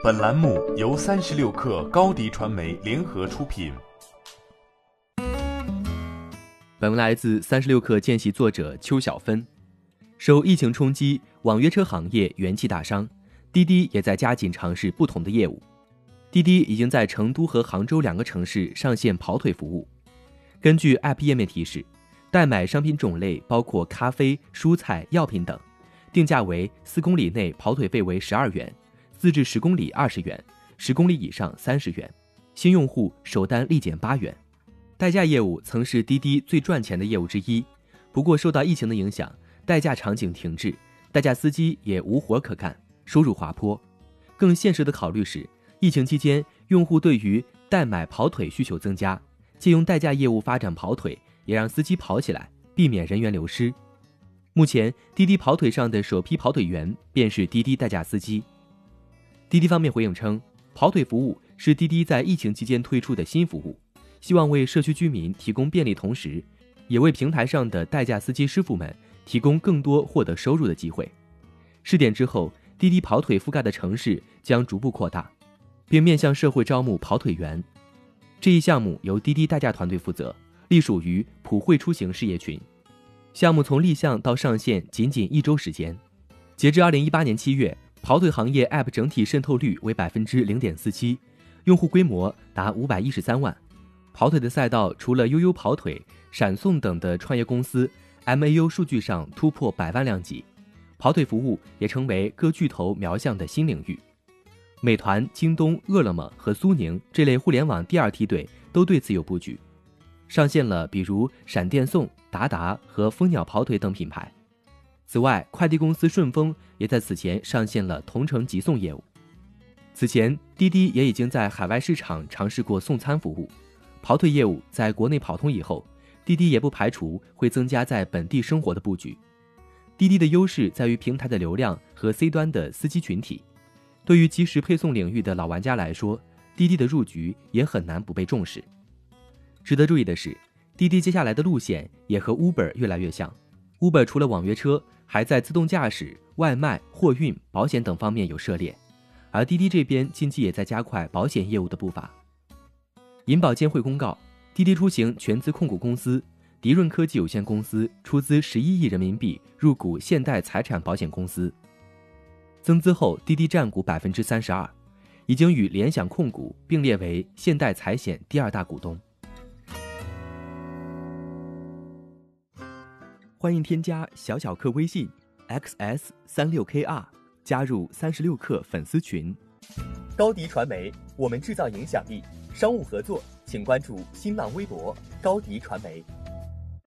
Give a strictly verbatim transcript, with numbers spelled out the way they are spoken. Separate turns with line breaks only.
本栏目由三十六氪高低传媒联合出品。
本文来自三十六氪见习作者邱小芬。受疫情冲击，网约车行业元气大伤，滴滴也在加紧尝试不同的业务。滴滴已经在成都和杭州两个城市上线跑腿服务。根据 App 页面提示，代买商品种类包括咖啡、蔬菜、药品等，定价为四公里内跑腿费为十二元，四至十公里二十元，十公里以上三十元。新用户首单立减八元。代驾业务曾是滴滴最赚钱的业务之一，不过受到疫情的影响，代驾场景停滞，代驾司机也无活可干，收入滑坡。更现实的考虑是，疫情期间用户对于代买跑腿需求增加，借用代驾业务发展跑腿，也让司机跑起来，避免人员流失。目前滴滴跑腿上的首批跑腿员便是滴滴代驾司机。滴滴方面回应称，跑腿服务是滴滴在疫情期间推出的新服务，希望为社区居民提供便利，同时也为平台上的代驾司机师傅们提供更多获得收入的机会。试点之后，滴滴跑腿覆盖的城市将逐步扩大，并面向社会招募跑腿员。这一项目由滴滴代驾团队负责，隶属于普惠出行事业群。项目从立项到上线仅仅一周时间。截至二零一八年七月，跑腿行业 App 整体渗透率为 百分之零点四七， 用户规模达五百一十三万。跑腿的赛道除了悠悠跑腿、闪送等的创业公司 M A U 数据上突破百万量级，跑腿服务也成为各巨头瞄向的新领域。美团、京东、饿了么和苏宁这类互联网第二梯队都对此有布局，上线了比如闪电送、达达和蜂鸟跑腿等品牌。此外，快递公司顺丰也在此前上线了同城急送业务。此前，滴滴也已经在海外市场尝试过送餐服务。跑腿业务在国内跑通以后，滴滴也不排除会增加在本地生活的布局。滴滴的优势在于平台的流量和 C 端的司机群体。对于即时配送领域的老玩家来说，滴滴的入局也很难不被重视。值得注意的是，滴滴接下来的路线也和 Uber 越来越像。Uber 除了网约车，还在自动驾驶、外卖、货运、保险等方面有涉猎，而滴滴这边近期也在加快保险业务的步伐。银保监会公告，滴滴出行全资控股公司迪润科技有限公司出资十一亿人民币入股现代财产保险公司，增资后滴滴占股 百分之三十二， 已经与联想控股并列为现代财险第二大股东。欢迎添加小小客微信 X S 三六 K R 加入三十六氪粉丝群。
高迪传媒，我们制造影响力。商务合作请关注新浪微博高迪传媒。